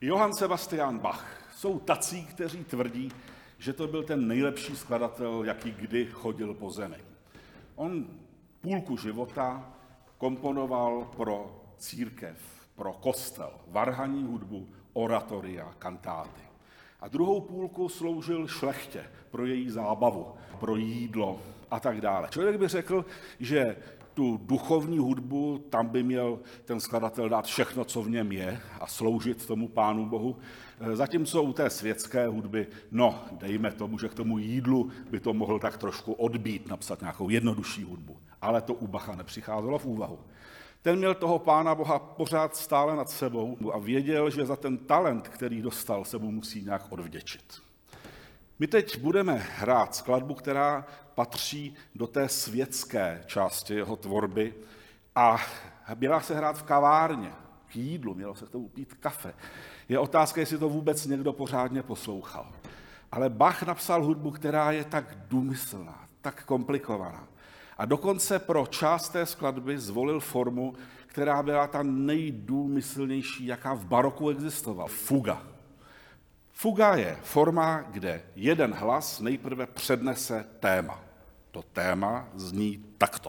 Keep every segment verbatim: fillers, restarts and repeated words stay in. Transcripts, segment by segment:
Johann Sebastian Bach. Jsou tací, kteří tvrdí, že to byl ten nejlepší skladatel, jaký kdy chodil po zemi. On půlku života komponoval pro církev, pro kostel, varhanní hudbu, oratoria, kantáty. A druhou půlku sloužil šlechtě pro její zábavu, pro jídlo a tak dále. Člověk by řekl, že tu duchovní hudbu, tam by měl ten skladatel dát všechno, co v něm je a sloužit tomu Pánu Bohu. Zatímco u té světské hudby, no, dejme tomu, že k tomu jídlu by to mohl tak trošku odbít, napsat nějakou jednodušší hudbu. Ale to u Bacha nepřicházelo v úvahu. Ten měl toho Pána Boha pořád stále nad sebou a věděl, že za ten talent, který dostal, se mu musí nějak odvděčit. My teď budeme hrát skladbu, která patří do té světské části jeho tvorby a měla se hrát v kavárně, k jídlu, mělo se k tomu pít kafe. Je otázka, jestli to vůbec někdo pořádně poslouchal. Ale Bach napsal hudbu, která je tak důmyslná, tak komplikovaná. A dokonce pro část té skladby zvolil formu, která byla ta nejdůmyslnější, jaká v baroku existovala. Fuga. Fuga je forma, kde jeden hlas nejprve přednese téma. To téma zní takto.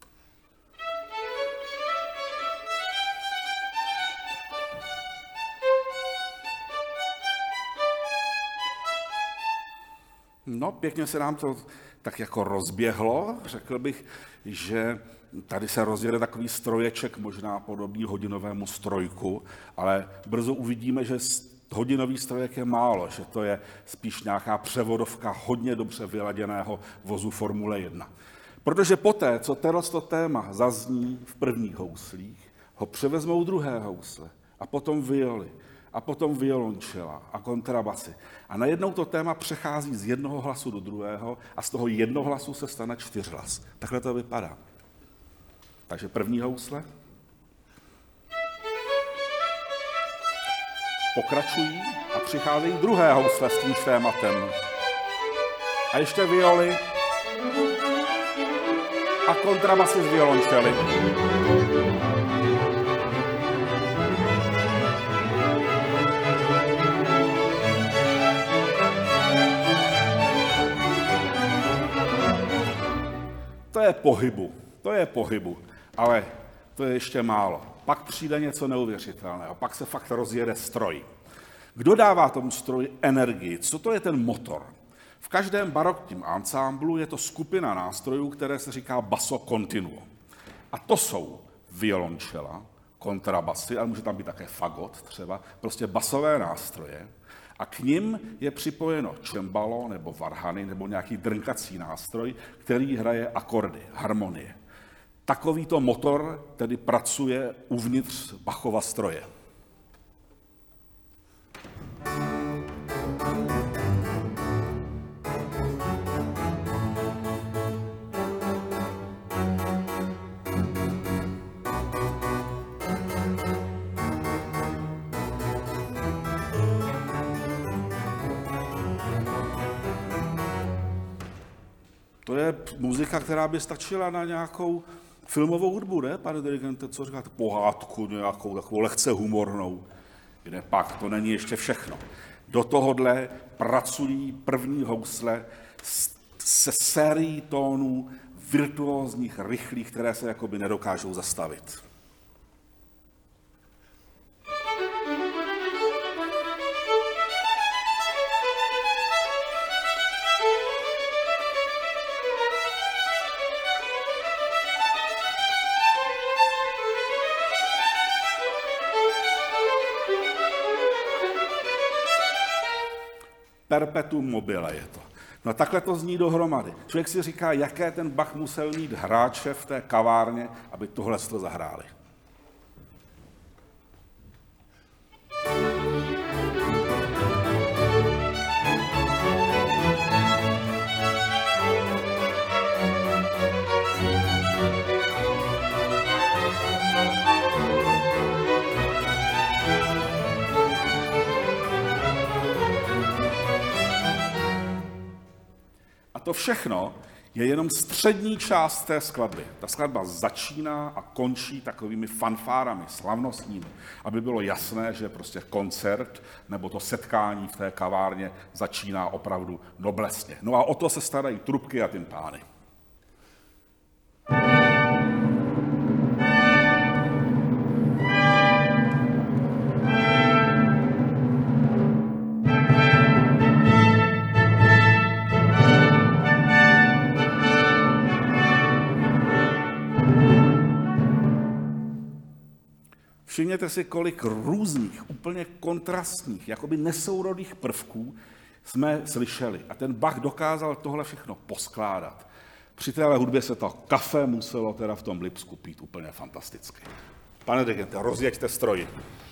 No, pěkně se nám to tak jako rozběhlo. Řekl bych, že tady se rozjede takový stroječek, možná podobný hodinovému strojku, ale brzo uvidíme, že hodinový strojek je málo, že to je spíš nějaká převodovka hodně dobře vyladěného vozu Formule jedna. Protože poté, co to téma zazní v prvních houslích, ho převezmou druhé housle a potom violy a potom violončela a kontrabasy. A najednou to téma přechází z jednoho hlasu do druhého a z toho jednoho hlasu se stane čtyřhlas. Takhle to vypadá. Takže první housle. Pokračují a přicházejí druhé housle s tím tématem. A ještě violy a kontrabasy z violončely. To je pohybu, to je pohybu, ale to je ještě málo. Pak přijde něco neuvěřitelného, pak se fakt rozjede stroj. Kdo dává tomu stroji energii? Co to je ten motor? V každém barokním ansámblu je to skupina nástrojů, které se říká basso continuo. A to jsou violončela, kontrabasy, ale může tam být také fagot třeba, prostě basové nástroje. A k nim je připojeno čembalo nebo varhany nebo nějaký drnkací nástroj, který hraje akordy, harmonie. Takovýto motor tedy pracuje uvnitř Bachova stroje. To je muzika, která by stačila na nějakou filmovou hudbu, ne, pane dirigente, co říkáte? Pohádku nějakou, takovou lehce humornou, kde pak to není ještě všechno. Do tohohle pracují první housle se sérií tónů virtuózních, rychlých, které se jakoby nedokážou zastavit. Perpetuum mobile je to. No takhle to zní dohromady. Člověk si říká, jaké ten Bach musel mít hráče v té kavárně, aby tohle to zahráli. To všechno je jenom střední část té skladby. Ta skladba začíná a končí takovými fanfárami slavnostními, aby bylo jasné, že prostě koncert nebo to setkání v té kavárně začíná opravdu noblesně. No a o to se starají trubky a tympány. Všimněte si, kolik různých, úplně kontrastních, jakoby nesourodých prvků jsme slyšeli. A ten Bach dokázal tohle všechno poskládat. Při téhle hudbě se to kafe muselo teda v tom Lipsku pít úplně fantasticky. Pane dirigente, rozjeďte stroj.